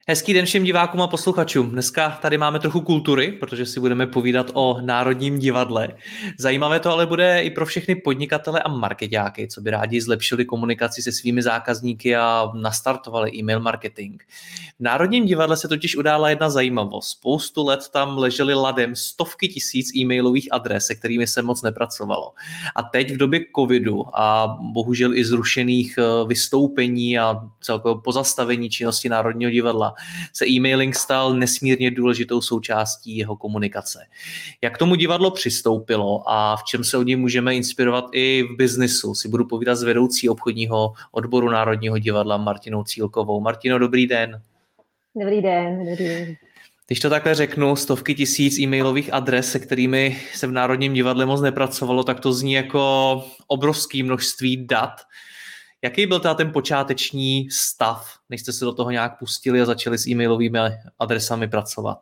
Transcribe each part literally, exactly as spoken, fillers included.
Hezký den všem divákům a posluchačům. Dneska tady máme trochu kultury, protože si budeme povídat o Národním divadle. Zajímavé to ale bude i pro všechny podnikatele a markeťáky, co by rádi zlepšili komunikaci se svými zákazníky a nastartovali e-mail marketing. V Národním divadle se totiž udála jedna zajímavost. Spoustu let tam ležely ladem stovky tisíc e-mailových adres, se kterými se moc nepracovalo. A teď v době covidu a bohužel i zrušených vystoupení a celkového pozastavení činnosti Národního divadla se e-mailing stal nesmírně důležitou součástí jeho komunikace. Jak k tomu divadlo přistoupilo a v čem se od něj můžeme inspirovat i v biznisu, si budu povídat s vedoucí obchodního odboru Národního divadla Martinou Cílkovou. Martino, dobrý den. Dobrý den, dobrý den. Když to takhle řeknu, stovky tisíc e-mailových adres, se kterými se v Národním divadle moc nepracovalo, tak to zní jako obrovské množství dat. Jaký byl teda ten počáteční stav, než jste se do toho nějak pustili a začali s e-mailovými adresami pracovat?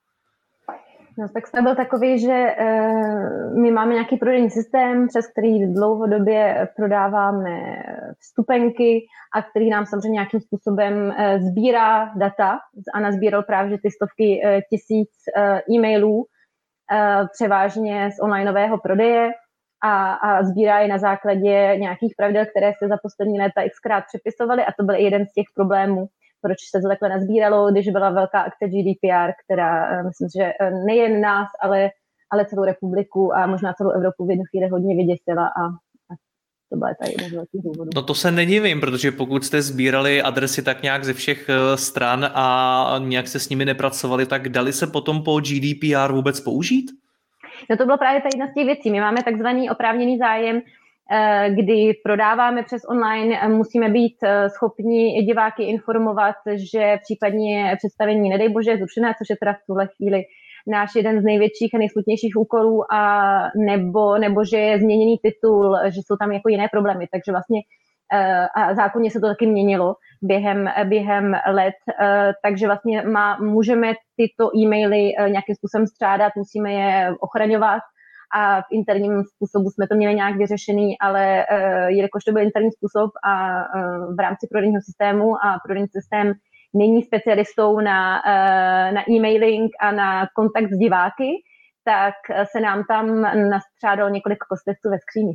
No, tak stav byl takový, že e, my máme nějaký prodejní systém, přes který dlouhodobě prodáváme vstupenky a který nám samozřejmě nějakým způsobem e, sbírá data a nazbíral právě ty stovky e, tisíc e, e-mailů, e, převážně z onlineového prodeje. A, a sbírá je na základě nějakých pravidel, které se za poslední léta xkrát přepisovaly a to byl jeden z těch problémů, proč se to takhle nazbíralo, když byla velká akce G D P R, která myslím, že nejen nás, ale, ale celou republiku a možná celou Evropu v jednu chvíli hodně vyděsila a, a to byla tady jeden z velkých důvodů. No to se nedivím, protože pokud jste sbírali adresy tak nějak ze všech stran a nějak se s nimi nepracovali, tak dali se potom po G D P R vůbec použít? No to bylo právě ta jedna z těch věcí. My máme takzvaný oprávněný zájem, kdy prodáváme přes online, musíme být schopni diváky informovat, že případně představení, nedej bože, zrušené, což je teda v tuhle chvíli náš jeden z největších a nejsmutnějších úkolů, a nebo, nebo že je změněný titul, že jsou tam jako jiné problémy. Takže vlastně a zákonně se to taky měnilo během, během let, takže vlastně má, můžeme tyto e-maily nějakým způsobem střádat, musíme je ochraňovat a v interním způsobu jsme to měli nějak vyřešený, ale jelikož to byl interní způsob a v rámci prodejního systému a prodejní systém není specialistou na, na e-mailing a na kontakt s diváky, tak se nám tam nastřádalo několik kosteců ve skříni.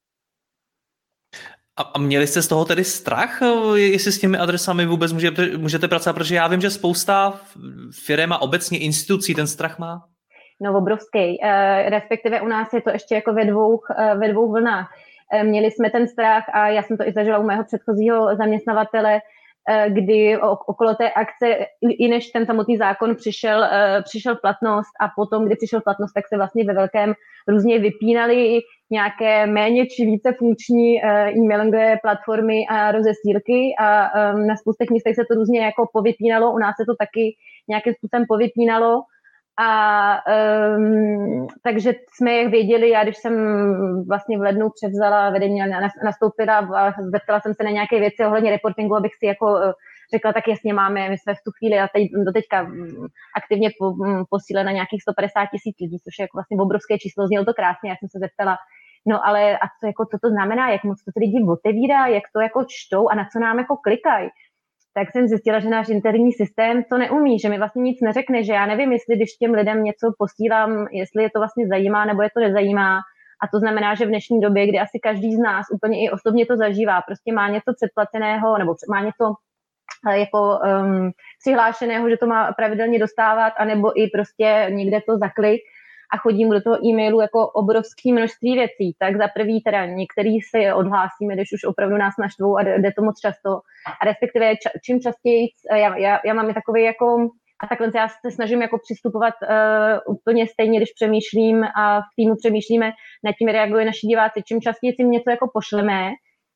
A měli jste z toho tedy strach, jestli s těmi adresami vůbec můžete, můžete pracovat? Protože já vím, že spousta firem a obecně institucí ten strach má. No obrovský. Respektive u nás je to ještě jako ve dvou, ve dvou vlnách. Měli jsme ten strach a já jsem to i zažila u mého předchozího zaměstnavatele, kdy okolo té akce, i než ten samotný zákon přišel, přišel v platnost a potom, kdy přišel v platnost, tak se vlastně ve velkém různě vypínaly nějaké méně či více funkční e-mailingové platformy a rozesílky a na spoustech místech se to různě jako povypínalo, u nás se to taky nějakým způsobem povypínalo. A um, takže jsme je věděli, já když jsem vlastně v lednu převzala vedení, nastoupila a zeptala jsem se na nějaké věci ohledně reportingu, abych si jako řekla, tak jasně máme, my jsme v tu chvíli a teď doteďka aktivně po, posílili na nějakých sto padesát tisíc lidí, což je jako vlastně obrovské číslo, znělo to krásně, já jsem se zeptala, no ale a co, jako, co to znamená, jak moc to ty lidi otevírá, jak to jako čtou a na co nám jako klikají. Tak jsem zjistila, že náš interní systém to neumí, že mi vlastně nic neřekne, že já nevím, jestli když těm lidem něco posílám, jestli je to vlastně zajímá nebo je to nezajímá. A to znamená, že v dnešní době, kdy asi každý z nás úplně i osobně to zažívá, prostě má něco předplaceného nebo má něco jako um, přihlášeného, že to má pravidelně dostávat, anebo i prostě někde to za klik a chodí mu do toho e-mailu jako obrovské množství věcí. Tak za prvý teda některý se odhlásíme, když už opravdu nás naštvou a jde to moc často. A respektive čím častěji, já, já, já mám takový jako, a takhle já se snažím jako přistupovat uh, úplně stejně, když přemýšlím a v týmu přemýšlíme, nad tím reagují naši diváci. Čím častěji si něco jako pošleme,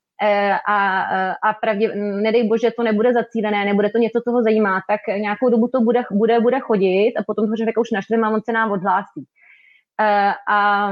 a, a pravdě, nedej bože, to nebude zacílené, nebude to něco, co ho zajímá, tak nějakou dobu to bude, bude, bude chodit a potom to člověka už naštveme a on se nám odhlásí. A,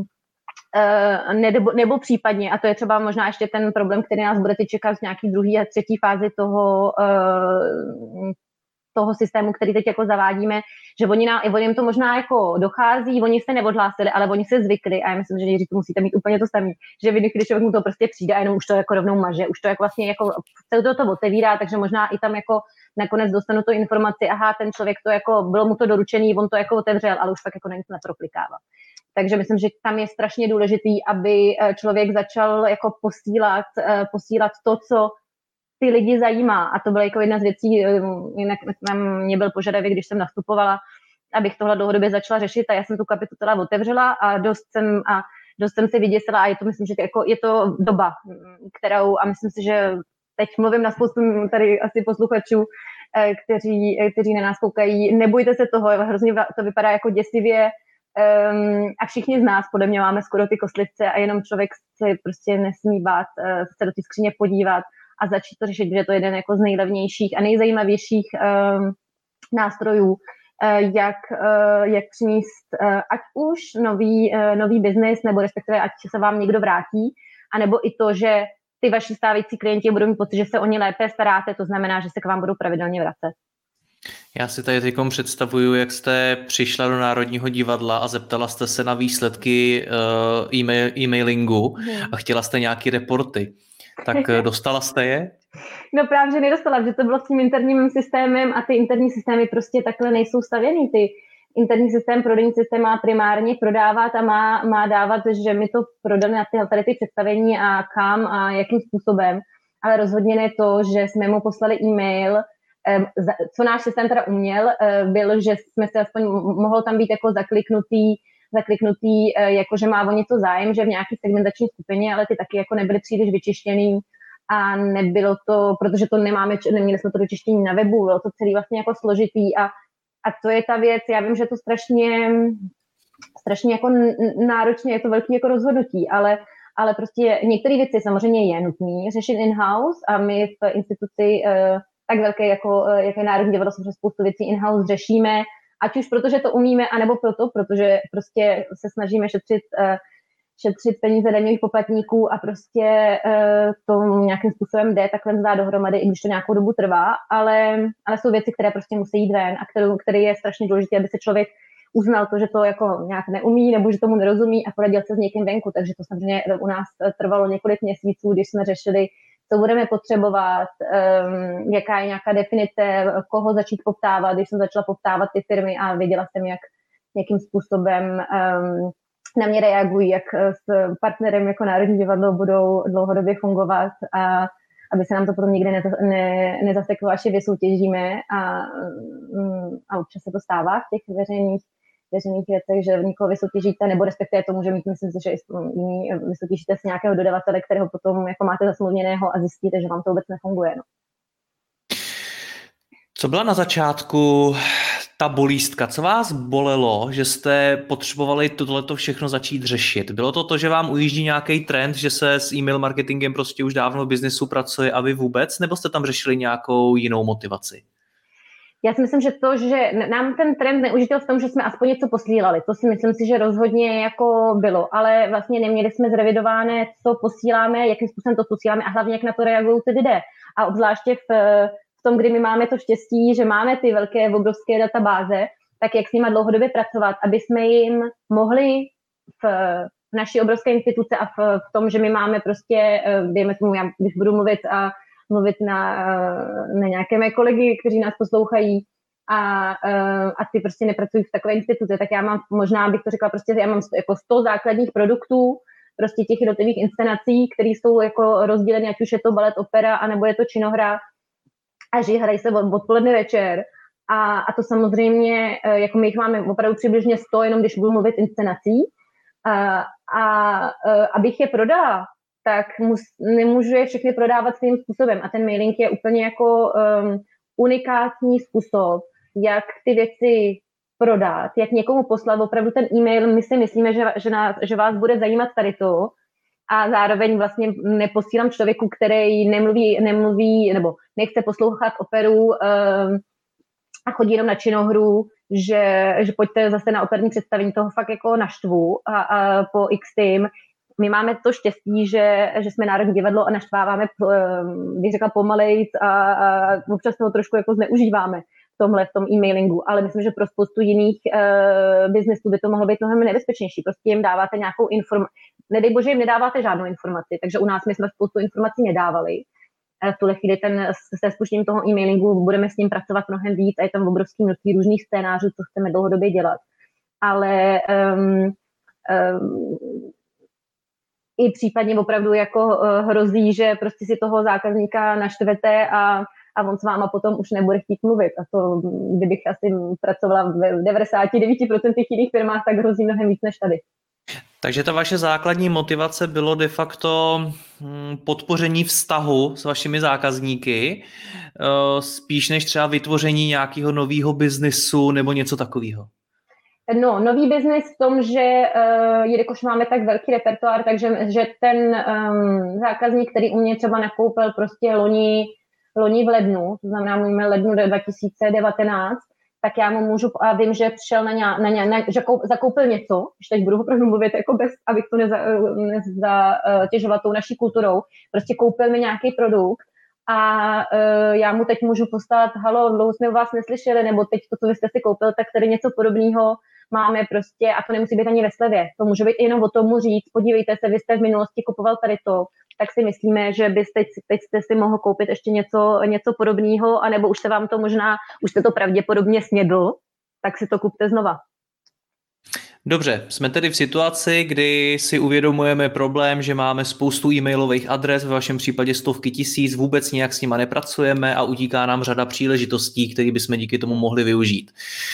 a nebo, nebo případně, a to je třeba možná ještě ten problém, který nás bude teď čekat z nějaký druhý a třetí fázi toho, toho systému, který teď jako zavádíme, že oni, na, oni jim to možná jako dochází, oni se neodhlásili, ale oni se zvykli a já myslím, že někdy to musíte mít úplně to samé, že vy, když člověk mu to prostě přijde a jenom už to jako rovnou maže, už to jako vlastně jako celé to, to otevírá, takže možná i tam jako nakonec dostanu tu informaci, aha, ten člověk to jako, bylo mu to doručený, on to jako otevřel, ale už fakt jako na nic neproplikává. Takže myslím, že tam je strašně důležitý, aby člověk začal jako posílat, posílat to, co ty lidi zajímá. A to byla jako jedna z věcí, jinak na mě byl požadavek, když jsem nastupovala, abych tohle dlouhodobě začala řešit a já jsem tu kapitolu otevřela a dost jsem, a dost jsem si vyděsila a je to, myslím, že jako, je to doba, kterou, a myslím si, že teď mluvím na spoustu tady asi posluchačů, kteří, kteří na nás koukají, nebojte se toho, hrozně to vypadá jako děsivě, Um, a všichni z nás podle mě máme skoro ty kostlivce a jenom člověk se prostě nesmí bát uh, se do té skříně podívat a začít to řešit, že to je jeden jako z nejlevnějších a nejzajímavějších um, nástrojů, uh, jak, uh, jak přinést uh, ať už nový, uh, nový biznis, nebo respektive ať se vám někdo vrátí, anebo i to, že ty vaši stávající klienti budou mít pocit, že se o ně lépe staráte, to znamená, že se k vám budou pravidelně vracet. Já si tady teďkom představuju, jak jste přišla do Národního divadla a zeptala jste se na výsledky uh, e-mail, e-mailingu a chtěla jste nějaký reporty. Tak dostala jste je? No právě, že nedostala, že to bylo s tím interním systémem a ty interní systémy prostě takhle nejsou stavěný. Ty interní systém, prodejní systém má primárně prodávat a má, má dávat, že my to prodáme na ty, tady ty představení a kam a jakým způsobem, ale rozhodně ne to, že jsme mu poslali e-mail. Co náš systém teda uměl, byl, že jsme se aspoň, mohlo tam být jako zakliknutý, zakliknutý, jako že má o něco zájem, že v nějaký segmentační skupině, ale ty taky jako nebyly příliš vyčištěný a nebylo to, protože to nemáme, neměli jsme to dočištění na webu, bylo to celý vlastně jako složitý a, a to je ta věc, já vím, že to strašně, strašně jako náročně, je to velký jako rozhodnutí, ale ale prostě některé věci samozřejmě je nutný řešit in-house a my v instituci tak velké, jako, jako je Národní divadlo, samozřejmě spoustu věcí in-house řešíme, ať už protože to umíme, anebo proto, protože prostě se snažíme šetřit, uh, šetřit peníze daňových poplatníků a prostě uh, to nějakým způsobem jde takhle zdá dohromady, i když to nějakou dobu trvá, ale, ale jsou věci, které prostě musí jít ven a kterou, který je strašně důležité, aby se člověk uznal to, že to jako nějak neumí, nebo že tomu nerozumí a poradil se s někým venku, takže to samozřejmě u nás trvalo několik měsíců, když jsme řešili, co budeme potřebovat, um, jaká je nějaká definice, koho začít poptávat, když jsem začala poptávat ty firmy a věděla jsem, jak, jakým způsobem um, na mě reagují, jak s partnerem jako Národní divadlo budou dlouhodobě fungovat a aby se nám to potom nikdy neza, ne, nezaseklo, až je vysoutěžíme a, um, a občas se to stává v těch veřejných veřejných věcech, že někoho vysoutěžíte, nebo respektive to může mít, myslím si, že jiný vysoutěžíte s nějakého dodavatele, kterého potom jako máte zasmluvněného a zjistíte, že vám to vůbec nefunguje. No. Co byla na začátku ta bolístka? Co vás bolelo, že jste potřebovali tohleto všechno začít řešit? Bylo to to, že vám ujíždí nějaký trend, že se s e-mail marketingem prostě už dávno v biznesu pracuje a vy vůbec? Nebo jste tam řešili nějakou jinou motivaci? Já si myslím, že to, že nám ten trend neužitel v tom, že jsme aspoň něco posílali, to si myslím si, že rozhodně jako bylo, ale vlastně neměli jsme zrevidované, co posíláme, jakým způsobem to posíláme a hlavně, jak na to reagují ty lidé. A obzvláště v, v tom, kdy my máme to štěstí, že máme ty velké, obrovské databáze, tak jak s nimi dlouhodobě pracovat, aby jsme jim mohli v, v naší obrovské instituce a v, v tom, že my máme prostě, dejme tomu, já když budu mluvit a mluvit na, na nějaké mé kolegy, kteří nás poslouchají a, a ty prostě nepracují v takové instituci, tak já mám, možná bych to řekla prostě, já mám jako sto základních produktů, prostě těch jednotlivých inscenací, které jsou jako rozděleny, ať už je to balet, opera, anebo je to činohra a že hrají se od odpoledne večer a, a to samozřejmě, jako my jich máme opravdu přibližně sto, jenom když budu mluvit inscenací a, a abych je prodala, tak mus, nemůžu je všechny prodávat stejným způsobem. A ten mailing je úplně jako um, unikátní způsob, jak ty věci prodat, jak někomu poslat opravdu ten e-mail. My si myslíme, že, že, nás, že vás bude zajímat tady to a zároveň vlastně neposílám člověku, který nemluví, nemluví nebo nechce poslouchat operu um, a chodí jenom na činohru, že, že pojďte zase na operní představení, toho fakt jako naštvu a, a po X tým. My máme to štěstí, že, že jsme Národní divadlo a naštváváme, bych řekla, pomalejc a, a občas toho trošku jako zneužíváme. tomhle, v tom e-mailingu, ale myslím, že pro spoustu jiných uh, biznesů by to mohlo být mnohem nebezpečnější. Prostě jim dáváte nějakou informaci, nedej bože, jim nedáváte žádnou informaci, takže u nás my jsme spoustu informací nedávali. V tuhle chvíli ten, se spuštěním toho e-mailingu budeme s ním pracovat mnohem víc a je tam obrovský množství různých scénářů, co chceme dlouhodobě dělat. Ale um, um, i případně opravdu jako uh, hrozí, že prostě si toho zákazníka naštvete a, a on s váma potom už nebude chtít mluvit. A to, kdybych asi pracovala v devadesát devět procent jiných firmách, tak hrozí mnohem víc než tady. Takže ta vaše základní motivace bylo de facto podpoření vztahu s vašimi zákazníky, spíš než třeba vytvoření nějakého nového biznesu nebo něco takového. No, nový biznis v tom, že uh, jelikož máme tak velký repertoár, takže že ten um, zákazník, který u mě třeba nakoupil prostě loni, loni v lednu, to znamená mluvíme lednu dva tisíce devatenáct, tak já mu můžu, a vím, že přišel na, ně, na, ně, na že koup, zakoupil něco, když teď budu opravdu mluvit jako bez, abych to nezatěžovala neza, tou naší kulturou, prostě koupil mi nějaký produkt a uh, já mu teď můžu poslat, halo, dlouho jsme u vás neslyšeli, nebo teď to, co vy jste si koupil, tak tady něco podobného máme prostě, a to nemusí být ani ve slevě, to může být jenom o tomu říct, podívejte se, vy jste v minulosti kupoval tady to, tak si myslíme, že byste teď, teď jste si mohl koupit ještě něco, něco podobného, anebo už se vám to možná, už jste to pravděpodobně snědl, tak si to kupte znova. Dobře, jsme tedy v situaci, kdy si uvědomujeme problém, že máme spoustu e-mailových adres, v vašem případě stovky tisíc, vůbec nějak s nima nepracujeme a utíká nám řada příležitostí, které bychom díky tomu mohli využít.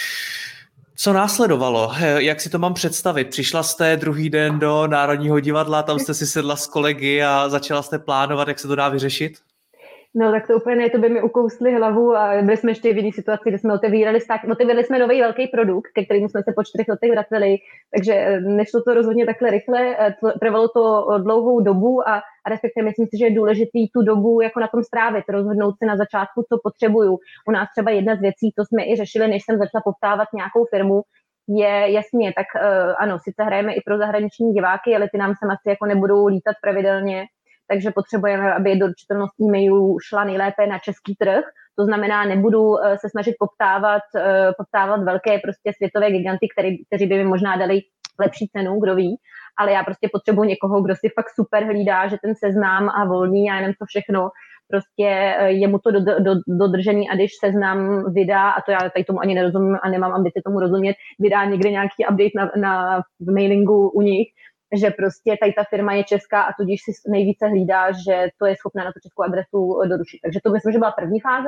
Co následovalo? Jak si to mám představit? Přišla jste druhý den do Národního divadla, tam jste si sedla s kolegy a začala jste plánovat, jak se to dá vyřešit? No tak to úplně ne, to by mi ukousli hlavu a byli jsme ještě v jiné situaci, kde jsme otevírali stát, otevírali jsme nový velký produkt, ke kterému jsme se po čtyřech letech vraceli, takže nešlo to rozhodně takhle rychle, trvalo to dlouhou dobu a, a respektive myslím si, že je důležitý tu dobu jako na tom strávit, rozhodnout se na začátku, co potřebuju. U nás třeba jedna z věcí, to jsme i řešili, než jsem začala poptávat nějakou firmu, je jasně, tak uh, ano, sice hrajeme i pro zahraniční diváky, ale ty nám sem asi jako nebudou lítat pravidelně, takže potřebujeme, aby doručitelnost e-mailů šla nejlépe na český trh. To znamená, nebudu se snažit poptávat, poptávat velké prostě světové giganty, který, kteří by mi možná dali lepší cenu, kdo ví, ale já prostě potřebuji někoho, kdo si fakt super hlídá, že ten seznam a volný a jenom to všechno, prostě je mu to do, do, dodržený a když seznam vydá, a to já tady tomu ani nerozumím a nemám ambici tomu rozumět, vydá někde nějaký update na, na v mailingu u nich, že prostě tady ta firma je česká a tudíž si nejvíce hlídá, že to je schopná na tu českou adresu doručit. Takže to myslím, že byla první fáze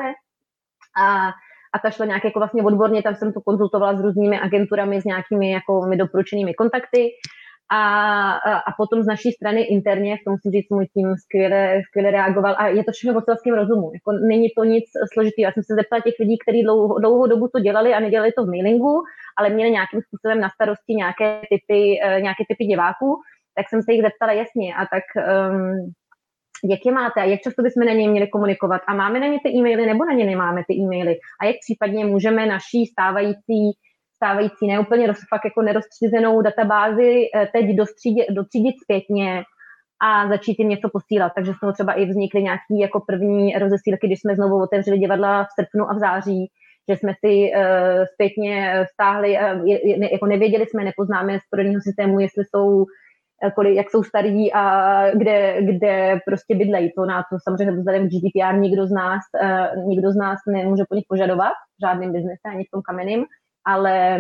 a, a ta šla nějak jako vlastně odborně, tam jsem to konzultovala s různými agenturami, s nějakými jako mi doporučenými kontakty a, a, a potom z naší strany interně, v tom musím říct, můj tým skvěle, skvěle reagoval a je to všechno o selském rozumu. Jako není to nic složitého. Já jsem se zeptala těch lidí, kteří dlouho, dlouhou dobu to dělali a nedělali to v mailingu, ale měli nějakým způsobem na starosti nějaké typy, uh, nějaké typy diváků, tak jsem se jich zeptala jasně a tak um, jak je máte a jak často bychom na ně měli komunikovat a máme na ně ty e-maily nebo na ně nemáme ty e-maily a jak případně můžeme naší stávající stávající neúplně roz, fakt jako nerozstřízenou databázi teď dostřídit, dotřídit zpětně a začít jim něco posílat. Takže z toho třeba i vznikly nějaké jako první rozesílky, když jsme znovu otevřeli divadla v srpnu a v září, že jsme si uh, zpětně stáhli, uh, je, ne, jako nevěděli jsme, nepoznáme z porodního systému, jestli jsou, kolik, jak jsou starí a kde, kde prostě bydlejí. To na to samozřejmě vzhledem k G D P R nikdo z nás, uh, nikdo z nás nemůže po nich požadovat v žádném biznese, ani v tom kamenným, ale,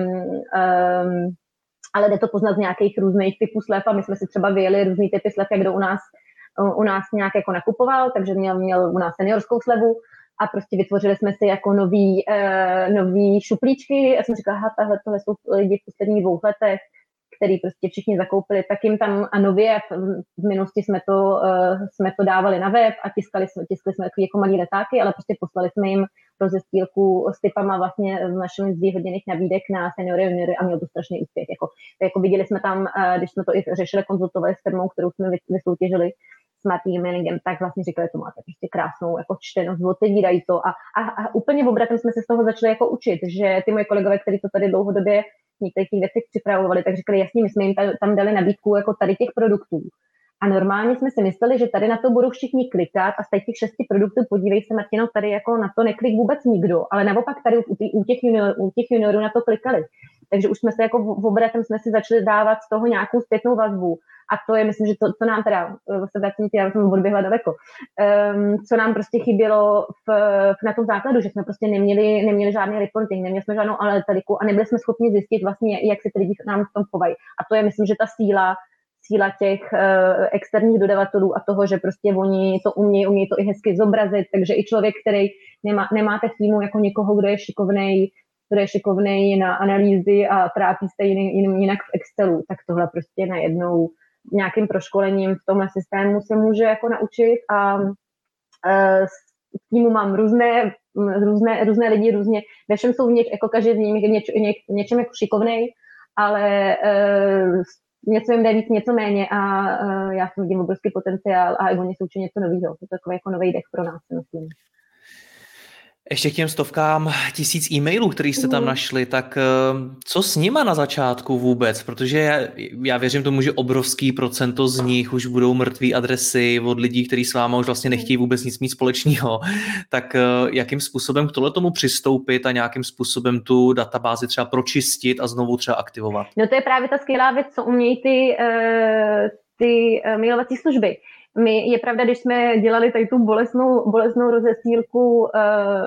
um, ale jde to poznat z nějakých různých typů slev a my jsme si třeba vyjeli různý typy slev, jak kdo u nás, u nás nějak jako nakupoval, takže měl, měl u nás seniorskou slevu a prostě vytvořili jsme si jako nový, uh, nový šuplíčky. Já jsem říkala, aha, tahle, tohle jsou lidi v posledních dvou letech, který prostě všichni zakoupili, tak jim tam a nově v minulosti jsme to, uh, jsme to dávali na web a tiskali jsme, tiskli jsme takový jako malý letáky, ale prostě poslali jsme jim rozesílku s typama vlastně z našich zvýhodněných nabídek na seniory a juniory a měl to strašný úspěch. Jako, jako viděli jsme tam, uh, když jsme to i řešili, konzultovali s firmou, kterou jsme vysoutěžili, smart e-mailingem, tak vlastně říkali, to máte prostě krásnou jako čtenost, otevírají to a, a, a úplně obratem jsme se z toho začali jako učit, že ty moje kolegové, kteří to tady dlouhodobě některých těch věcech připravovali, tak říkali, jasně, my jsme jim tam dali nabídku jako tady těch produktů A normálně jsme si mysleli, že tady na to budou všichni klikat a z těch šesti produktů, podívej se, Martino, tady jako na to neklik vůbec nikdo, ale naopak tady u těch, junior, u těch juniorů na to klikali. Takže už jsme se jako v obratem jsme si začali dávat z toho nějakou zpětnou vazbu. A to je, myslím, že to, co nám teda, se vracím, já jsem odběhla daleko, um, co nám prostě chybělo v, v, na tom základu, že jsme prostě neměli, neměli žádný reporting, neměli jsme žádnou analytiku a nebyli jsme schopni zjistit vlastně, jak se ty lidi nám v tom chovají. A to je, myslím, že ta síla, síla těch uh, externích dodavatelů a toho, že prostě oni to umějí, umějí to i hezky zobrazit, takže i člověk, který nemá, nemáte v týmu jako někoho, kdo je šikovnej, kdo je šikovnej na analýzy a trápí se jiným jinak v Excelu, tak tohle prostě najednou nějakým proškolením v tomhle systému se může jako naučit a e, v týmu mám různé, různé, různé lidi, různě, ve všem jsou něč, jako každý z nich něč, něč, něčem jako šikovnej, ale e, něco jim jde víc, něco méně a e, já jsem vidím obrovský potenciál a i oni se učí něco nového. To je takový jako nový dech pro nás, myslím. Ještě k těm stovkám tisíc e-mailů, který jste tam našli, tak co s nima na začátku vůbec? Protože já, já věřím tomu, že obrovský procento z nich už budou mrtvý adresy od lidí, kteří s váma už vlastně nechtějí vůbec nic mít společného. Tak jakým způsobem k tohle tomu přistoupit a nějakým způsobem tu databázi třeba pročistit a znovu třeba aktivovat? No to je právě ta skvělá věc, co umějí ty, ty mailovací služby. My, je pravda, když jsme dělali tady tu bolestnou, bolestnou rozesílku uh,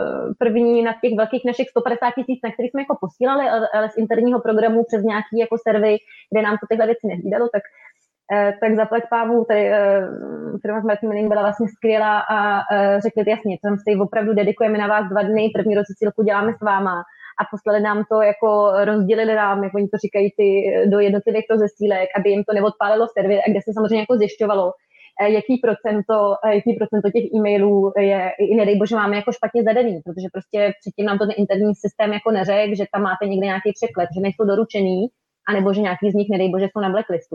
první na těch velkých našich sto padesát tisíc, na kterých jsme jako posílali, ale, ale z interního programu přes nějaký jako servy, kde nám to tyhle věci nehlídalo, tak, uh, tak zaplať pávu, tady uh, firma Smart Mailing byla vlastně skvělá a uh, řekli jasně, tam si opravdu dedikujeme na vás dva dny, první rozesílku děláme s váma a poslali nám to, jako rozdělili nám, jak oni to říkají, ty, do jednotlivých rozesílek, aby jim to neodpálilo server, a kde se samozřejmě jako zjišťovalo, jaký procento, jaký procento těch e-mailů je, i nedej bože, máme jako špatně zadaný, protože prostě předtím nám to ten interní systém jako neřekl, že tam máte někde nějaký překlep, že nejsou doručený, anebo že nějaký z nich, nedej bože, jsou na blacklistu.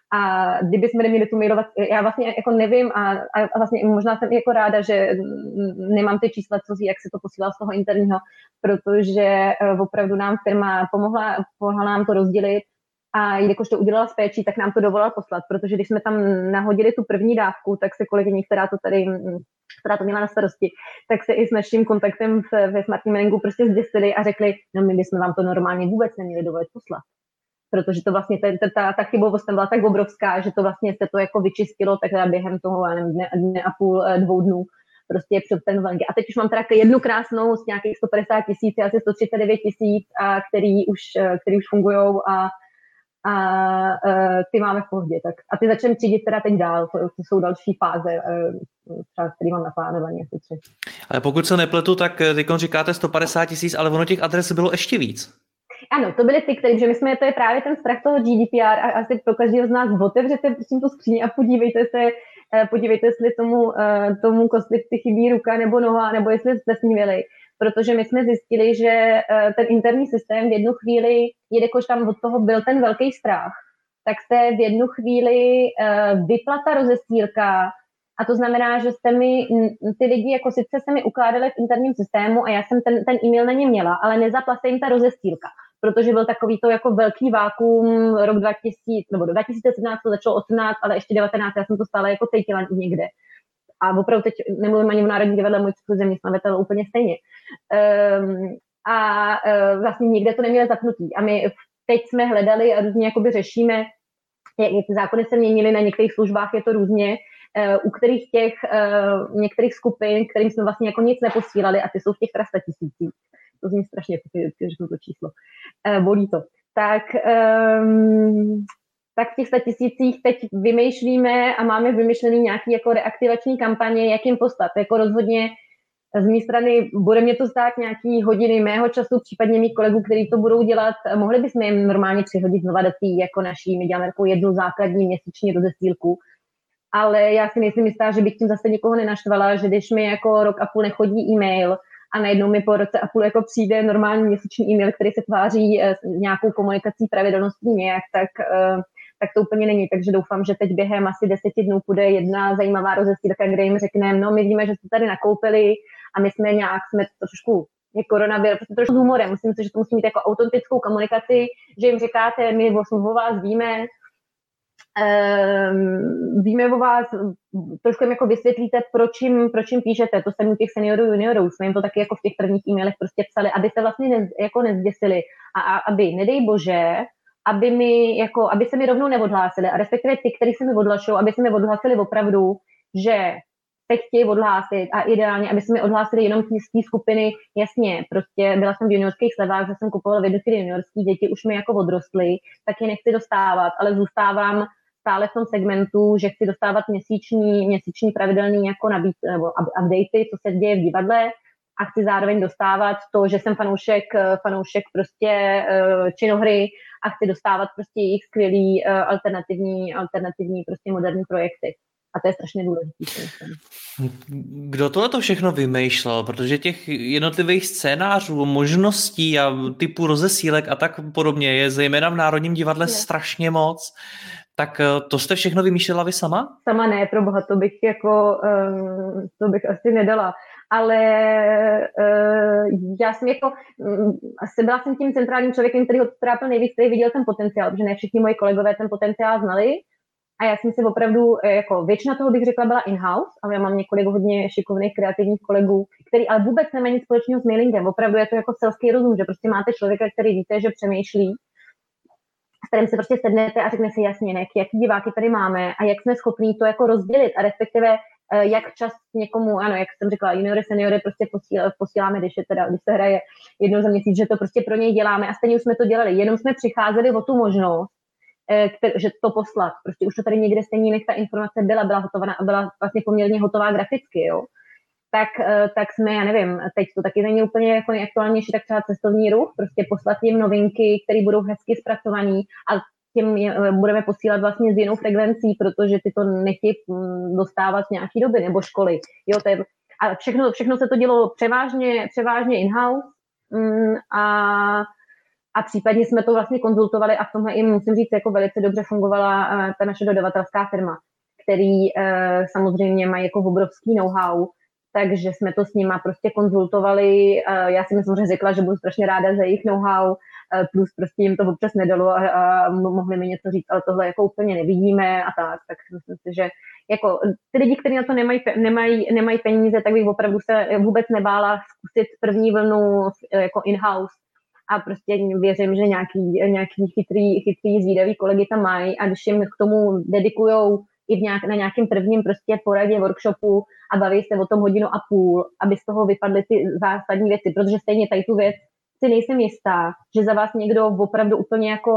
A kdyby jsme neměli tu mailovat, já vlastně jako nevím a, a vlastně možná jsem jako ráda, že nemám ty čísla, co jak se to posílalo z toho interního, protože opravdu nám firma pomohla, pomohla nám to rozdělit. A jakož to udělala s péčí, tak nám to dovolila poslat, protože když jsme tam nahodili tu první dávku, tak se kolegyně, která to tady, která to měla na starosti, tak se i s naším kontaktem ve Smart Mailingu prostě zděsili a řekli, no my bychom vám to normálně vůbec neměli dovolit poslat. Protože to vlastně, ta, ta, ta chybovost tam byla tak obrovská, že to vlastně se to jako vyčistilo takhle během toho dne, dne a půl, dvou dnů prostě před ten vanky. A teď už mám teda jednu krásnou z nějakých sto padesát tisíc, asi sto třicet devět tisíc, a který už, který už fungujou a a uh, ty máme v pohodě. Tak. A ty začneme třídit teda teď dál, to, to jsou další fáze, uh, třeba, který mám naplánovaný asi tři. Ale pokud se nepletu, tak teď říkáte sto padesát tisíc, ale ono těch adres bylo ještě víc. Ano, to byly ty, který, že my jsme, to je právě ten strach toho G D P R a asi pro každého z nás otevřete prosím tu skříň a podívejte se, podívejte, jestli tomu, tomu kostlivci chybí ruka nebo noha, nebo jestli jste snívěli. Protože my jsme zjistili, že ten interní systém v jednu chvíli, jelikož tam od toho byl ten velký strach, tak se v jednu chvíli vypla ta rozesílka a to znamená, že jste mi, ty lidi jako sice se mi ukládali v interním systému a já jsem ten, ten e-mail na ně měla, ale nezapla se jim ta rozesílka, protože byl takový to jako velký vákuum rok dva tisíce, nebo dva tisíce sedmnáct to začalo osmnáct, ale ještě devatenáct, já jsem to stále jako cítila někde. A opravdu teď nemluvím ani o Národní divadle, můj zaměstnavatel úplně stejně. Um, a uh, vlastně nikde to neměli zapnutý. A my teď jsme hledali a různě jakoby řešíme, jak ty zákony se měnily, na některých službách je to různě, uh, u kterých těch uh, některých skupin, kterým jsme vlastně jako nic neposílali, a ty jsou v těch sta tisících. To zní strašně, když řeknu to číslo. Uh, bolí to. Tak... Um, tak v těch sta tisících teď vymýšlíme a máme vymyšlený nějaký jako reaktivační kampaně, jak jim poslat. Jako rozhodně z mé strany bude mě to stát nějaký hodiny mého času, případně mých kolegů, kteří to budou dělat. Mohli bychom jim normálně přihodit znova do tý, jako naší, my děláme jako jednu základní měsíční rozesílku. Ale já si nejsem jistá, že bych tím zase nikoho nenaštvala, že když mi jako rok a půl nechodí e-mail a najednou mi po roce a půl jako přijde normální měsíční e-mail, který se tváří s nějakou komunikací pravidelností nějak, tak tak to úplně není. Takže doufám, že teď během asi deseti dnů bude jedna zajímavá rozesílka, kde jim řekneme, no my víme, že jste tady nakoupili a my jsme nějak, jsme trošku, je koronavir, prostě trošku s humorem. Myslím si, že to musí mít jako autentickou komunikaci, že jim říkáte, my o vás víme, Um, víme o vás, trošku jim jako vysvětlíte, proč jim, proč jim píšete, to jsem u těch seniorů, juniorů, jsme jim to taky jako v těch prvních e-mailech prostě psali, aby se vlastně ne, jako nezděsili a, a aby, nedej bože, aby, mi, jako, aby se mi rovnou neodhlásili a respektive ty, kteří se mi odhlašují, aby se mi odhlásili opravdu, že se chtějí odhlásit a ideálně, aby se mi odhlásili jenom z té skupiny, jasně, prostě byla jsem v juniorských slevách, že jsem kupovala jednotlivé juniorské děti, už mi jako odrostly, tak je nechci dostávat, ale zůstávám stále v tom segmentu, že chci dostávat měsíční, měsíční pravidelný jako nabít, nebo updaty, co se děje v divadle a chci zároveň dostávat to, že jsem fanoušek, fanoušek prostě činohry a chci dostávat prostě jejich skvělý alternativní, alternativní prostě moderní projekty. A to je strašně důležité. Kdo tohle všechno vymýšlel? Protože těch jednotlivých scénářů, možností a typu rozesílek a tak podobně je zejména v Národním divadle je. strašně moc. Tak to jste všechno vymýšlela vy sama? Sama ne, pro boha, to bych jako, um, to bych asi nedala. Ale uh, já jsem jako, um, asi byla jsem tím centrálním člověkem, který ho trápil nejvíc, který viděl ten potenciál, protože ne všichni moji kolegové ten potenciál znali. A já jsem si opravdu, jako většina toho bych řekla, byla in-house, ale já mám několik hodně šikovných, kreativních kolegů, který ale vůbec nemají nic společného s mailingem. Opravdu je to jako selský rozum, že prostě máte člověka, který víte, že přemýšlí, s kterým se prostě sednete a řekne si jasně, ne, jaký diváky tady máme a jak jsme schopní to jako rozdělit a respektive jak čas někomu, ano, jak jsem řekla, juniory, seniory prostě posíláme, posíláme, když, je teda, když se hraje jednou za měsíc, že to prostě pro něj děláme a stejně už jsme to dělali, jenom jsme přicházeli o tu možnost, Který, že to poslat. Prostě už to tady někde stejně, než ta informace byla, byla hotová, byla vlastně poměrně hotová graficky, jo. Tak, tak jsme, já nevím, teď to taky není úplně jako nejaktuálnější, tak třeba cestovní ruch, prostě poslat jim novinky, které budou hezky zpracované a těm budeme posílat vlastně z jinou frekvencí, protože ty to nechtějí dostávat z nějaký doby, nebo školy. Jo, to je, a všechno, všechno se to dělo převážně, převážně in-house a A případně jsme to vlastně konzultovali a v tomhle i musím říct, jako velice dobře fungovala uh, ta naše dodavatelská firma, který uh, samozřejmě mají jako obrovský know-how, takže jsme to s nima prostě konzultovali. Uh, já jsem samozřejmě řekla, že budu strašně ráda za jejich know-how, uh, plus prostě jim to občas nedalo a, a mohli mi něco říct, ale tohle jako úplně nevidíme a tak, tak myslím si, že jako ty lidi, kteří na to nemají, nemají, nemají peníze, tak bych opravdu se vůbec nebála zkusit první vlnu jako in-house. A prostě věřím, že nějaký, nějaký chytrý, chytrý zvídavý kolegy tam mají a když jim k tomu dedikujou i v nějak, na nějakém prvním prostě poradě, workshopu a baví se o tom hodinu a půl, aby z toho vypadly ty zásadní věci, protože stejně tady tu věc si nejsem jistá, že za vás někdo opravdu úplně jako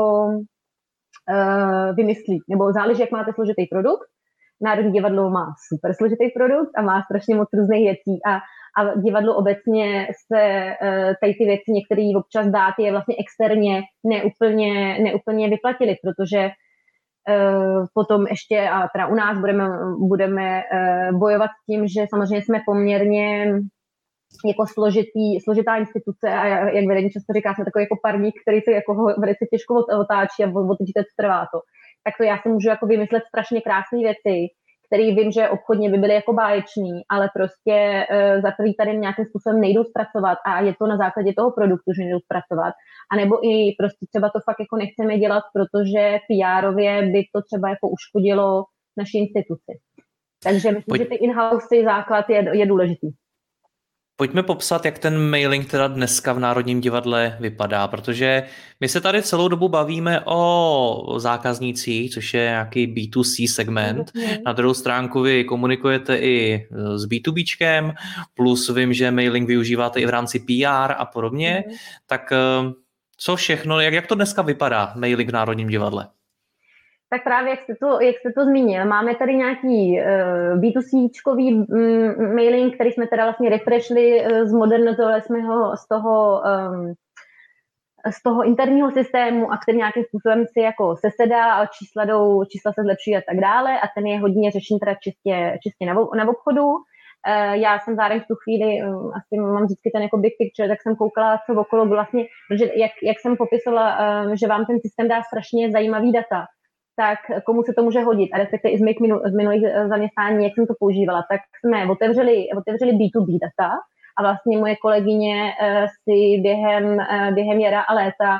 uh, vymyslí, nebo záleží, jak máte složitý produkt. Národní divadlo má super složitý produkt a má strašně moc různých věcí a a divadlo obecně se uh, tady ty věci některé občas dát je vlastně externě neúplně, neúplně vyplatili, protože uh, potom ještě, a teda u nás budeme, budeme uh, bojovat s tím, že samozřejmě jsme poměrně jako složitý, složitá instituce a jak vedení často říká, jsme takový jako parník, který se jako velice těžko otáčí a otočíte, co trvá to. Tak to já si můžu jako vymyslet strašně krásné věci, který vím, že obchodně by byly jako báječný, ale prostě uh, za prvý tady nějakým způsobem nejdou zpracovat a je to na základě toho produktu, že nejdou zpracovat. A nebo i prostě třeba to fakt jako nechceme dělat, protože P R-ově by to třeba jako uškodilo naší instituci. Takže myslím, Pojď... že ty in-house základ je, je důležitý. Pojďme popsat, jak ten mailing teda dneska v Národním divadle vypadá, protože my se tady celou dobu bavíme o zákaznících, což je nějaký B dva C segment. Mm-hmm. Na druhou stránku vy komunikujete i s BtoBčkem, plus vím, že mailing využíváte i v rámci P R a podobně. Mm-hmm. Tak co všechno, jak, jak to dneska vypadá, mailing v Národním divadle? Tak právě, jak jste to, jak jste to zmínil, máme tady nějaký uh, BtoCčkový um, mailing, který jsme teda vlastně refreshli, uh, zmodernizovali jsme ho z toho, um, z toho interního systému a který nějakým způsobem si jako sesedá a čísla, jdou, čísla se zlepší a tak dále a ten je hodně řešen teda čistě, čistě na, na obchodu. Uh, já jsem zároveň v tu chvíli, um, asi mám vždycky ten jako big picture, tak jsem koukala, co okolo vlastně, protože jak, jak jsem popisovala, uh, že vám ten systém dá strašně zajímavý data, tak komu se to může hodit, a respektive i z mých minul, z minulých zaměstnání, jak jsem to používala, tak jsme otevřeli, otevřeli B dva B data a vlastně moje kolegyně uh, si během, uh, během jara a léta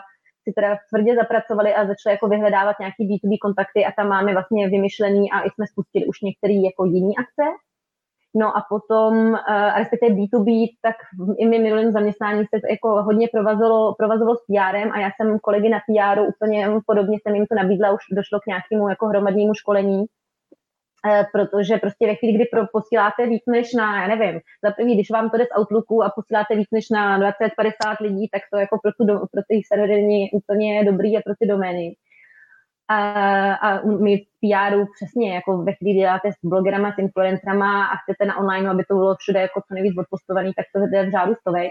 si teda tvrdě zapracovali a začali jako vyhledávat nějaký bé dvě bé kontakty a tam máme vlastně vymyšlený a i jsme spustili už některé jako jiný akce. No a potom, a respektive bé dvě bé, tak i mi minulým zaměstnání se jako hodně provazovalo, provazovalo s pé érem a já jsem kolegy na pé éru úplně podobně jsem jim to nabídla, už došlo k nějakému jako hromadnému školení, protože prostě ve chvíli, kdy posíláte víc než na, já nevím, za první, když vám to jde z Outlooku a posíláte víc než na dvacet padesát lidí, tak to jako pro, tu, pro ty servery není úplně dobrý a pro ty domény. A, a my v pé éru přesně, jako ve chvíli děláte s blogerama, s influencerama a chcete na online, aby to bylo všude jako co nejvíc odpostovaný, tak to jde v řádu stovek.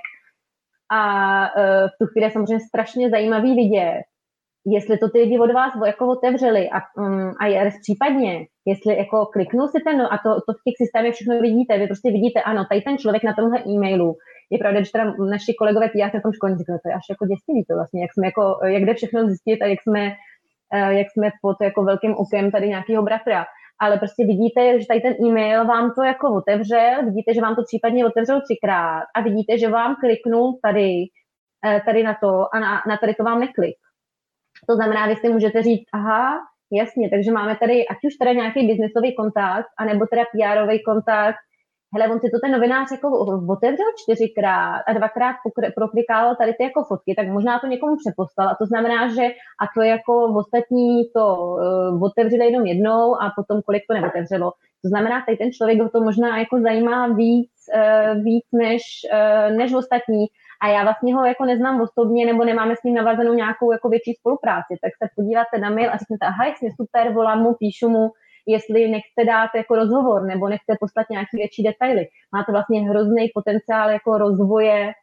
A uh, v tu chvíli je samozřejmě strašně zajímavý vidět, jestli to ty lidi od vás jako otevřeli a, um, a je, případně, jestli jako kliknul si ten, a to, to v těch systémech všechno vidíte, vy prostě vidíte, ano, tady ten člověk na tomhle e-mailu, je pravda, že teda naši kolegové pé ér na tom školení říkali, to je až jako děsivý to vlastně, jak jsme jako, jak jde všechno zjistit a jak jsme jak jsme pod jako velkým okem tady nějakého bratra. Ale prostě vidíte, že tady ten e-mail vám to jako otevřel, vidíte, že vám to případně otevřel třikrát a vidíte, že vám kliknul tady, tady na to a na, na tady to vám neklik. To znamená, vy si můžete říct, aha, jasně, takže máme tady ať už teda nějaký biznesový kontakt, anebo teda pé érový kontakt. Hele, on si to ten novinář jako otevřel čtyřikrát a dvakrát proklikával tady ty jako fotky, tak možná to někomu přeposlal a to znamená, že a to jako v ostatní to uh, otevřeli jenom jednou a potom kolik to neotevřelo. To znamená, tady ten člověk ho to možná jako zajímá víc, uh, víc než, uh, než ostatní a já vlastně ho jako neznám osobně nebo nemáme s ním navazenou nějakou jako větší spolupráci, tak se podíváte na mail a řeknete, aha, jasně, super, volám mu, píšu mu, jestli nechce dát jako rozhovor nebo nechce poslat nějaké větší detaily. Má to vlastně hrozný potenciál jako rozvoje,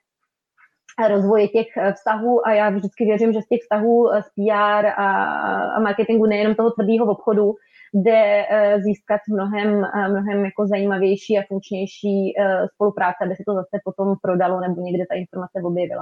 rozvoje těch vztahů a já vždycky věřím, že z těch vztahů s pé ér a, a marketingu nejenom toho tvrdého obchodu jde získat mnohem, mnohem jako zajímavější a funkčnější spolupráce, aby se to zase potom prodalo nebo někde ta informace objevila.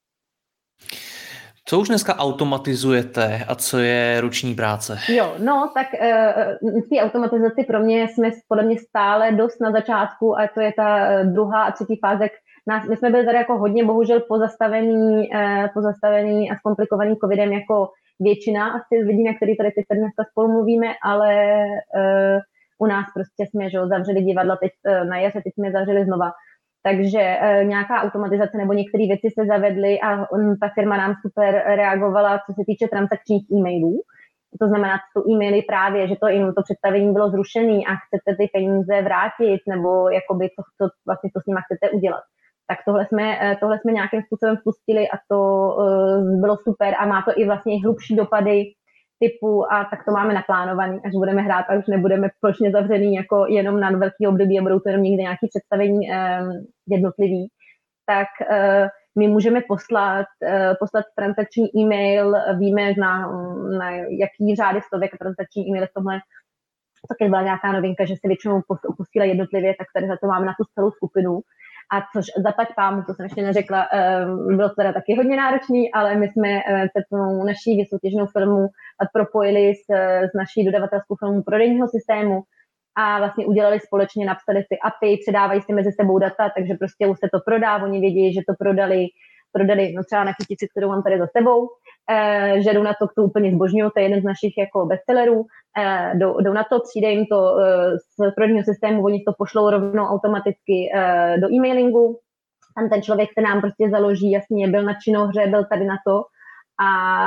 Co už dneska automatizujete a co je ruční práce? Jo, no, tak v té automatizaci pro mě jsme podle mě stále dost na začátku a to je ta druhá a třetí fáze. Nás, my jsme byli tady jako hodně bohužel pozastavený, pozastavený a zkomplikovaný covidem jako většina asi z lidí, na který tady teď dneska spolu mluvíme, ale u nás prostě jsme že, zavřeli divadla teď na jaře, teď jsme zavřeli znova. Takže e, nějaká automatizace nebo některé věci se zavedly a on, ta firma nám super reagovala, co se týče transakčních e-mailů. To znamená, to jsou e-maily právě, že to, to představení bylo zrušené a chcete ty peníze vrátit nebo jakoby to, to, vlastně to s nima chcete udělat. Tak tohle jsme, tohle jsme nějakým způsobem spustili a to e, bylo super a má to i vlastně hlubší dopady typu a tak to máme naplánovaný, až budeme hrát a už nebudeme plošně zavřený jako jenom na velký období a budou to jenom někde nějaké představení eh, jednotlivý, tak eh, my můžeme poslat, eh, poslat transakční e-mail, víme na, na jaký řády stovek transakční e-mail v tomhle, taky byla nějaká novinka, že se většinou posílají jednotlivě, tak tady za to máme na tu celou skupinu. A což zaplať pámu, to jsem ještě neřekla, bylo to teda taky hodně náročný, ale my jsme tu naší vysoutěženou firmu propojili s, s naší dodavatelskou firmou prodejního systému a vlastně udělali společně, napsali si á pé í, předávají si mezi sebou data, takže prostě už se to prodá, oni vědí, že to prodali, prodali no třeba na kytici, kterou mám tady za sebou, eh, že jdou na to, to úplně zbožňují, to je jeden z našich jako bestsellerů, eh, jdou, jdou na to, přijde jim to eh, z prodejního systému, oni to pošlou rovnou automaticky eh, do e-mailingu, tam ten člověk se nám prostě založí, jasně, byl na činohře, byl tady na to a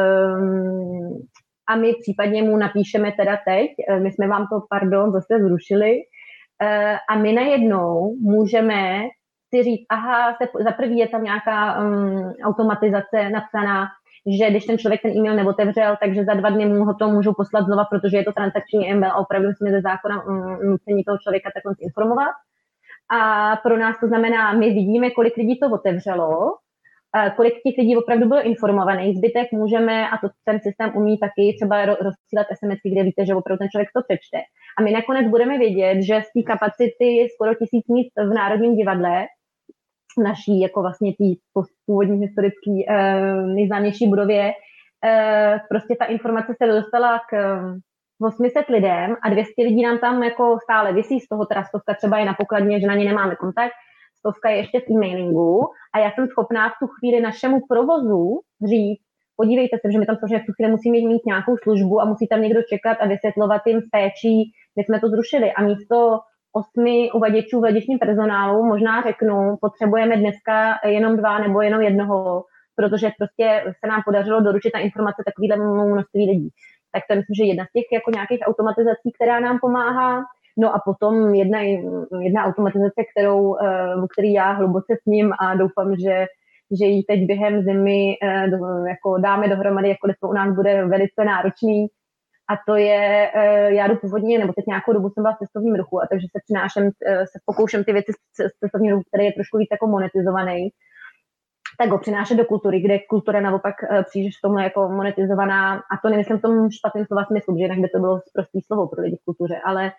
um, a my případně mu napíšeme teda teď, my jsme vám to, pardon, zase zrušili, a my najednou můžeme si říct, aha, se, za prvý je tam nějaká um, automatizace napsaná, že když ten člověk ten e-mail neotevřel, takže za dva dny mu ho to můžou poslat znova, protože je to transakční e-mail a opravdu jsme ze zákona um, nucení toho člověka takhle informovat. A pro nás to znamená, my vidíme, kolik lidí to otevřelo, kolik těch lidí opravdu bylo informovaných, zbytek můžeme, a to ten systém umí taky třeba rozsílat es em esky, kde víte, že opravdu ten člověk to přečte. A my nakonec budeme vědět, že z té kapacity skoro tisíc míst v Národním divadle, naší jako vlastně tý původní historický eh, nejznámější budově, eh, prostě ta informace se dostala k osm set lidem a dvě stě lidí nám tam jako stále visí, z toho teda stovka třeba je na pokladně, že na ně nemáme kontakt, stovka je ještě v e-mailingu a já jsem schopná v tu chvíli našemu provozu říct, podívejte se, že my tam samozřejmě v tu chvíli musíme mít nějakou službu a musí tam někdo čekat a vysvětlovat jim s péčí, my jsme to zrušili. A místo osmi uvaděčů v ledničním personálu možná řeknu, potřebujeme dneska jenom dva nebo jenom jednoho, protože prostě se nám podařilo doručit na informace takovýhlemu množství lidí. Tak to myslím, že jedna z těch jako nějakých automatizací, která nám pomáhá. No a potom jedna, jedna automatizace, kterou, který já hluboce s ním a doufám, že, že ji teď během zimy jako dáme dohromady, jakkoliv to u nás bude velice náročný. A to je, já jdu původně, nebo teď nějakou dobu jsem byla v cestovním ruchu, a takže se přináším, se pokouším ty věci z cestovního ruchu, který je trošku víc jako monetizovaný, tak ho přinášet do kultury, kde kultura naopak příliš v tomhle jako monetizovaná, a to nemyslím v tom špatným slova smyslu, že jinak by to bylo prostý slovo pro lidi v kultuře, ale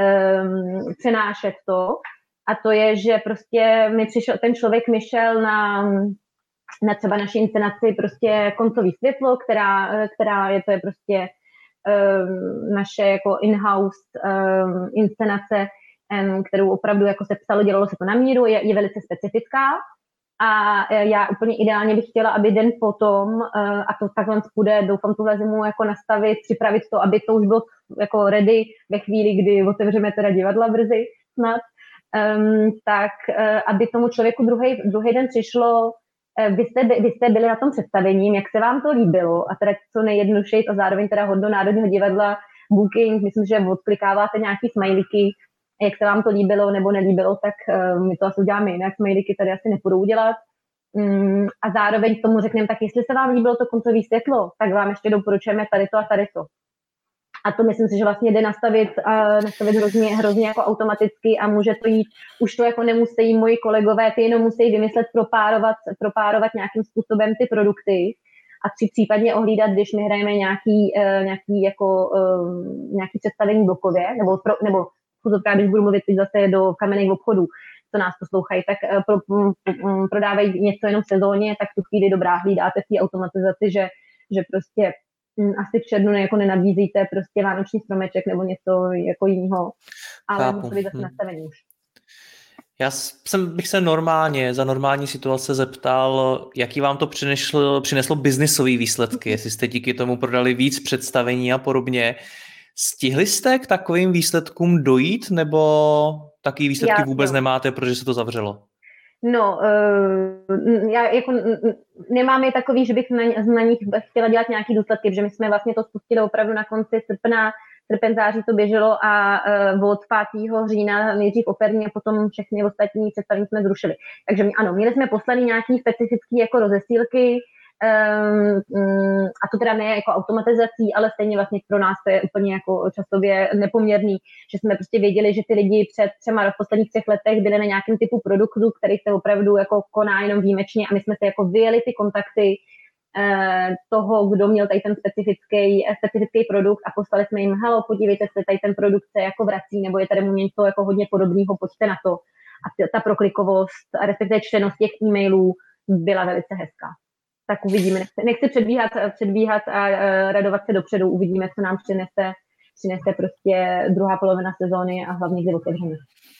um, přenášet to, a to je, že prostě mi přišel, ten člověk mi šel na, na třeba naší inscenaci prostě koncový světlo, která, která je, to je prostě um, naše jako in-house um, inscenace, um, kterou opravdu jako se psalo, dělalo se to na míru, je, je velice specifická. A já úplně ideálně bych chtěla, aby den potom, a to takhle bude, doufám tuhle zimu jako nastavit, připravit to, aby to už bylo jako ready ve chvíli, kdy otevřeme teda divadla brzy snad, um, tak aby tomu člověku druhý, druhý den přišlo, vy jste, vy jste byli na tom představením, jak se vám to líbilo, a teda co nejjednodušeji a zároveň teda hodno Národního divadla booking, myslím, že odklikáváte nějaký smajlíky, jak se vám to líbilo nebo nelíbilo, tak uh, my to asi uděláme jinak, smajlíky tady asi nepůjdou udělat. Um, a zároveň k tomu řekneme, tak jestli se vám líbilo to koncové světlo, tak vám ještě doporučujeme tady to a tady to. A to myslím si, že vlastně jde nastavit, uh, nastavit hrozně, hrozně jako automaticky a může to jít, už to jako nemusí moji kolegové, ty jenom musí vymyslet, propárovat, propárovat nějakým způsobem ty produkty a tři případně ohlídat, když my hrajeme nějaký, uh, nějaký, jako, uh, nějaký představení blokově, nebo, pro, nebo když budu mluvit teď zase do kamenných obchodů, co nás poslouchají, tak pro, pro, prodávají něco jenom v sezóně, tak tu chvíli dobrá hlídáte v té automatizaci, že, že prostě m, asi v červnu jako nenabízíte prostě vánoční stromeček nebo něco jako jiného, ale musí být zase nastavení už. Já jsem, bych se normálně, za normální situace zeptal, jaký vám to přineslo, přineslo biznisové výsledky, jestli jste díky tomu prodali víc představení a podobně. Stihli jste k takovým výsledkům dojít, nebo takový výsledky já, vůbec no. nemáte, protože se to zavřelo? No, uh, já jako nemám je takový, že bych na, na nich chtěla dělat nějaký důsledky, protože my jsme vlastně to spustili opravdu na konci srpna, srpen, září to běželo a uh, od pátého října nejdřív operní a potom všechny ostatní představení jsme zrušili. Takže my, ano, měli jsme poslaný nějaký specifický jako rozesílky, Um, um, a to teda ne jako automatizací, ale stejně vlastně pro nás to je úplně jako časově nepoměrný, že jsme prostě věděli, že ty lidi před třema v posledních třech letech byli na nějakém typu produktu, který se opravdu jako koná jenom výjimečně, a my jsme se jako vyjeli ty kontakty uh, toho, kdo měl tady ten specifický, specifický produkt, a poslali jsme jim, halo, podívejte se, tady ten produkt se jako vrací, nebo je tady mu něco jako hodně podobného, pojďte na to. A ta proklikovost a respektive čtenost těch e-mailů byla velice hezká. Tak uvidíme. Nechci, nechci předbíhat, předbíhat a, a radovat se dopředu. Uvidíme, co nám přinese, přinese prostě druhá polovina sezóny a hlavně kdy otevřeme.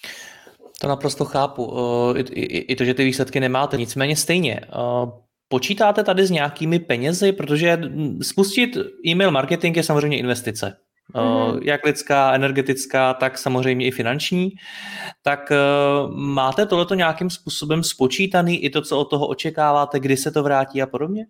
To naprosto chápu. I, i, I to, že ty výsledky nemáte. Nicméně stejně. Počítáte tady s nějakými penězi? Protože spustit e-mail marketing je samozřejmě investice. Mm-hmm. Jak lidská, energetická, tak samozřejmě i finanční. Tak máte tohleto nějakým způsobem spočítaný, i to, co od toho očekáváte, kdy se to vrátí a podobně?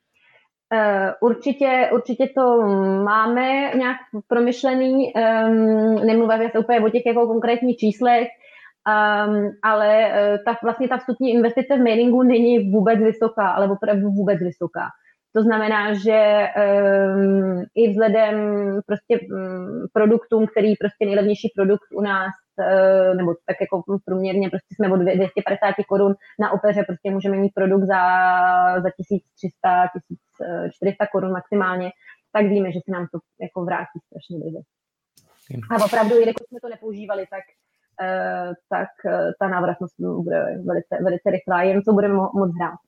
Uh, určitě, určitě to máme nějak promyšlený, um, nemluvím se úplně o těch jako konkrétních číslech, um, ale uh, ta, vlastně ta vstupní investice v mailingu není vůbec vysoká, ale opravdu vůbec vysoká. To znamená, že um, i vzhledem prostě um, produktům, který prostě nejlevnější produkt u nás, uh, nebo tak jako průměrně prostě jsme od dvě stě padesát korun na opeře, prostě můžeme mít produkt za, za tisíc tři sta, tisíc čtyři sta korun maximálně, tak víme, že se nám to jako vrátí strašně brzy. A opravdu, když jsme to nepoužívali, tak, uh, tak uh, ta návratnost bude velice, velice rychlá, jen to budeme mo- moc hrát.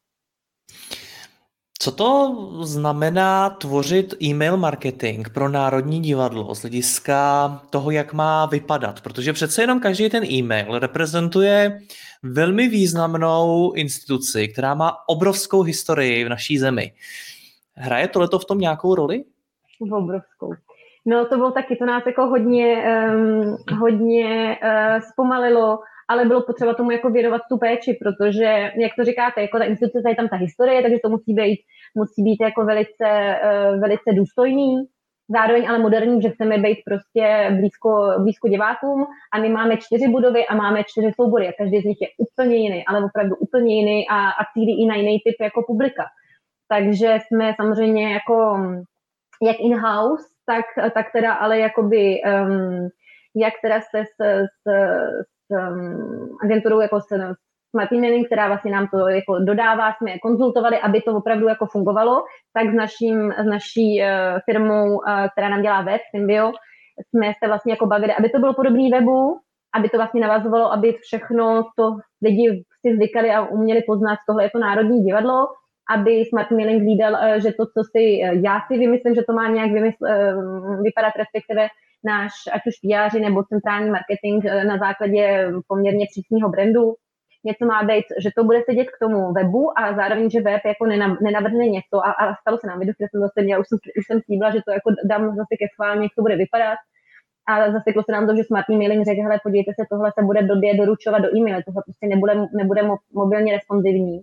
Co to znamená tvořit e-mail marketing pro Národní divadlo z hlediska toho, jak má vypadat? Protože přece jenom každý ten e-mail reprezentuje velmi významnou instituci, která má obrovskou historii v naší zemi. Hraje tohleto v tom nějakou roli? Obrovskou. No to bylo taky, to nás jako hodně, um, hodně uh, zpomalilo, ale bylo potřeba tomu jako věnovat tu péči, protože, jak to říkáte, jako ta instituce, je tam ta historie, takže to musí být, musí být jako velice, uh, velice důstojný, zároveň ale moderní, že chceme být prostě blízko, blízko divákům a my máme čtyři budovy a máme čtyři soubory a každý z nich je úplně jiný, ale opravdu úplně jiný a, a cílí i na jiný typ jako publika. Takže jsme samozřejmě jako jak in-house, tak, tak teda ale jakoby, um, jak teda se s, s, s um, agenturou jako s Smart Emailing, která vlastně nám to jako dodává, jsme je konzultovali, aby to opravdu jako fungovalo, tak s, naším, s naší uh, firmou, uh, která nám dělá web, Symbio, jsme se vlastně jako bavili, aby to bylo podobný webu, aby to vlastně navazovalo, aby všechno to lidi si zvykali a uměli poznat, tohle je to Národní divadlo, aby Smart Emailing hlídal, že to, co si já si vymyslím, že to má nějak vymysl, vypadat, respektive náš, ať už P R nebo centrální marketing na základě poměrně přísného brandu. Něco má být, že to bude sedět k tomu webu a zároveň, že web jako nenavrhne něco a, a stalo se nám, vidu, že jsem zase měla, už jsem, už jsem slíbila, že to jako dám zase ke schválně, jak to bude vypadat. A zaseklo se nám to, že Smart Emailing řekl, hele, podívejte se, tohle se bude blbě doručovat do e-mailu, tohle prostě nebude, nebude mobilně responsivní.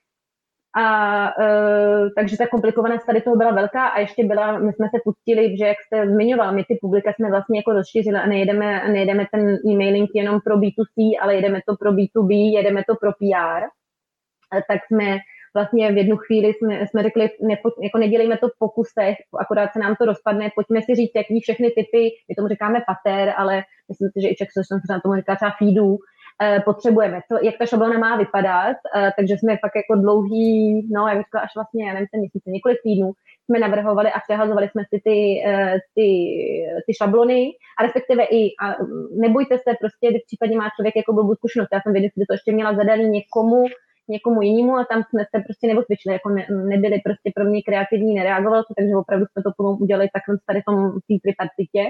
A uh, takže ta komplikovanost tady toho byla velká a ještě byla, my jsme se pustili, že jak jste zmiňoval, my ty publika jsme vlastně jako rozšířili a nejedeme, nejedeme ten e-mailing jenom pro B dva C, ale jedeme to pro B dva B, jedeme to pro P R. A tak jsme vlastně v jednu chvíli jsme, jsme řekli, nepo, jako nedělejme to v pokusech, akorát se nám to rozpadne, pojďme si říct, jaký všechny typy, my tomu říkáme pater, ale myslím si, že i Czech Social se na tomu říká třeba feedů, potřebujeme, co, jak ta šablona má vypadat, takže jsme fakt jako dlouhý, no já bych řekla až vlastně, já nevím, ten měsíc, několik týdnů jsme navrhovali a přehazovali jsme si ty, ty, ty šablony a respektive i, a nebojte se, prostě v případě má člověk jako blbou zkušenost, já jsem věděl, že to ještě měla zadaný někomu, někomu jinému a tam jsme se prostě neosvědčili, jako ne, nebyli prostě pro mě kreativní, nereagovalo to, takže opravdu jsme to plnou udělali takhle tady v tom té tripartitě.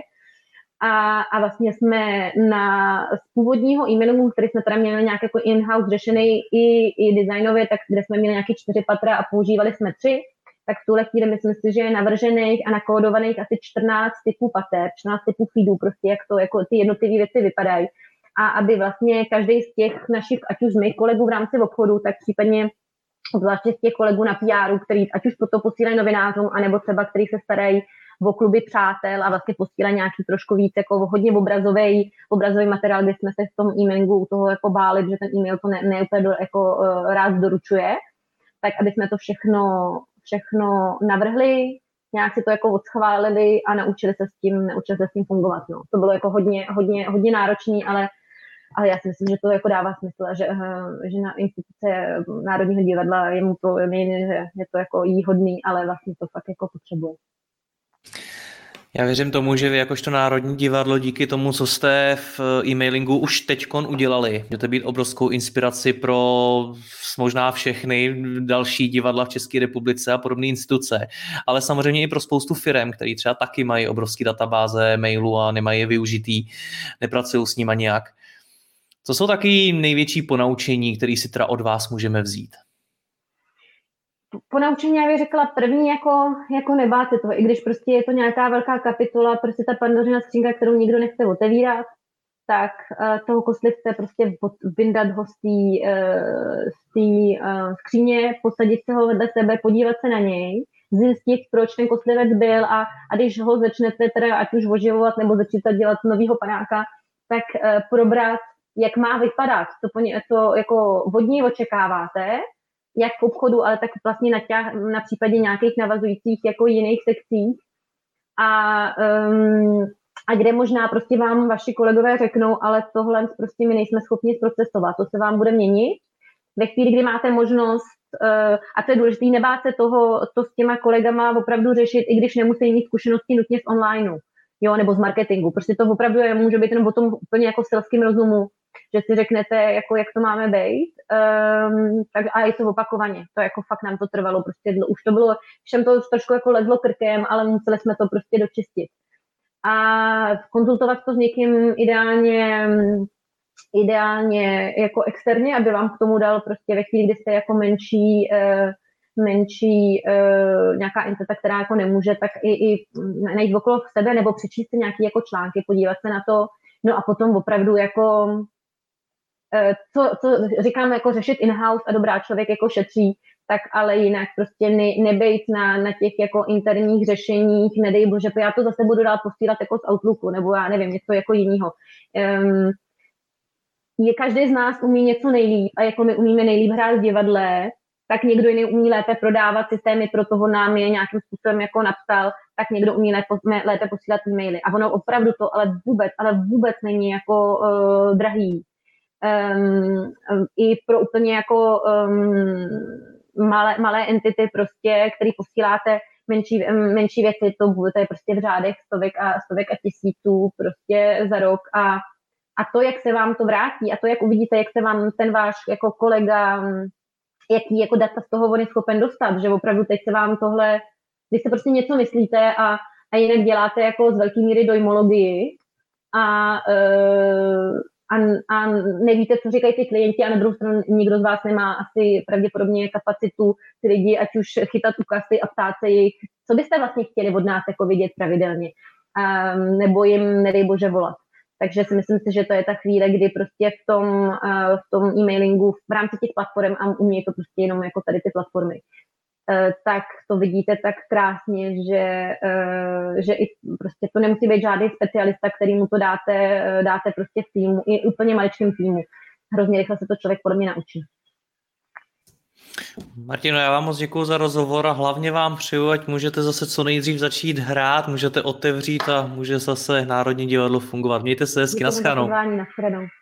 A, a vlastně jsme na z původního e-mailu, který jsme teda měli nějak jako in-house řešený i, i designově, tak kde jsme měli nějaké čtyři patra a používali jsme tři, tak v tuhle chvíli myslím si, že je navržených a nakódovaných asi čtrnáct typů pater, čtrnáct typů feedů, prostě jak to jako ty jednotlivé věci vypadají. A aby vlastně každý z těch našich, ať už z mých kolegů v rámci obchodu, tak případně zvláště z těch kolegů na P R, který ať už to posílají novinářům, anebo třeba který se starají o kluby přátel a vlastně posílají nějaký trošku víc jako hodně obrazový, obrazový materiál, kde jsme se v tom e-mailingu u toho jako báli, že ten e-mail to ne, ne úplně do, jako uh, rád doručuje, tak aby jsme to všechno, všechno navrhli, nějak si to jako odschválili a naučili se s tím, naučili se s tím fungovat. No. To bylo jako hodně, hodně, hodně náročný, ale ale já si myslím, že to jako dává smysl, že, že na instituce Národního divadla je mu to nejde, že je to jako jí hodný, ale vlastně to fakt jako potřebuje. Já věřím tomu, že vy jakožto Národní divadlo díky tomu, co jste v e-mailingu už teďkon udělali, můžete být obrovskou inspiraci pro možná všechny další divadla v České republice a podobné instituce, ale samozřejmě i pro spoustu firem, který třeba taky mají obrovské databáze mailů a nemají je využitý, nepracují s nimi nějak. Co jsou taky největší ponaučení, které si teda od vás můžeme vzít? Ponaučení, já bych řekla, první jako, jako nebát se toho, i když prostě je to nějaká velká kapitola, prostě ta pandořina skřínka, kterou nikdo nechce otevírat, tak uh, toho kostlivce prostě vyndat ho z té uh, uh, skříně, posadit se ho vedle sebe, podívat se na něj, zjistit, proč ten kostlivec byl a, a když ho začnete teda ať už oživovat nebo začít dělat novýho panáka, tak uh, probrat, jak má vypadat, co, po ně, co jako od něj očekáváte, jak v obchodu, ale tak vlastně na, těch, na případě nějakých navazujících jako jiných sekcích. A, um, a kde možná prostě vám vaši kolegové řeknou, ale tohle prostě my nejsme schopni zprocesovat, to se vám bude měnit. Ve chvíli, kdy máte možnost, uh, a to je důležité, nebát se toho, to s těma kolegama opravdu řešit, i když nemusí mít zkušenosti nutně z onlineu, jo, nebo z marketingu. Prostě to opravdu je, může být jenom o tom úplně jako selským rozumu, že si řeknete, jako, jak to máme být. Um, tak, a je to opakovaně. To jako fakt nám to trvalo. Prostě už to bylo, všem to trošku jako ledlo krkem, ale museli jsme to prostě dočistit. A konzultovat to s někým ideálně, ideálně jako externě, aby vám k tomu dal prostě ve chvíli, kdy jste jako menší, uh, menší uh, nějaká entita, která jako nemůže, tak i, i najít okolo sebe nebo přečíst si nějaké jako články, podívat se na to, no a potom opravdu jako uh, co, co říkám, jako řešit in-house a dobrá, člověk jako šetří, tak ale jinak prostě ne, nebejt na, na těch jako interních řešeních, nedej bože, já to zase budu dál posílat jako z Outlooku, nebo já nevím, něco jako jiného. Um, je každý z nás umí něco nejlíp a jako my umíme nejlíp hrát v divadle, tak někdo jiný umí lépe prodávat systémy, pro toho nám je nějakým způsobem jako napsal, tak někdo umí lépe, lépe posílat e-maily. A ono opravdu to ale vůbec, ale vůbec není jako uh, drahý. Um, um, I pro úplně jako um, malé, malé entity prostě, který posíláte menší, menší věci, to, to je prostě v řádech stovek a, stovek a tisíců prostě za rok a, a to, jak se vám to vrátí a to, jak uvidíte, jak se vám ten váš jako kolega, jaký jako data z toho on je schopen dostat, že opravdu teď se vám tohle, když se prostě něco myslíte a, a jinak děláte jako z velký míry dojmologii a uh, A, a nevíte, co říkají ty klienti a na druhou stranu nikdo z vás nemá asi pravděpodobně kapacitu ty lidi, ať už chytat u kasy a ptát se jich, co byste vlastně chtěli od nás jako vidět pravidelně, um, nebo jim, nedej bože, volat. Takže si myslím si, že to je ta chvíle, kdy prostě v tom, uh, v tom e-mailingu v rámci těch platform, a u mě je to prostě jenom jako tady ty platformy, Uh, tak to vidíte tak krásně, že, uh, že i prostě to nemusí být žádný specialista, který mu to dáte, uh, dáte prostě v týmu, i úplně maličkým týmu. Hrozně rychle se to člověk podle mě naučí. Martino, já vám moc děkuju za rozhovor a hlavně vám přeju, ať můžete zase co nejdřív začít hrát, můžete otevřít a může zase Národní divadlo fungovat. Mějte se hezky, naschledanou. Děkuji za pozvání, naschledanou.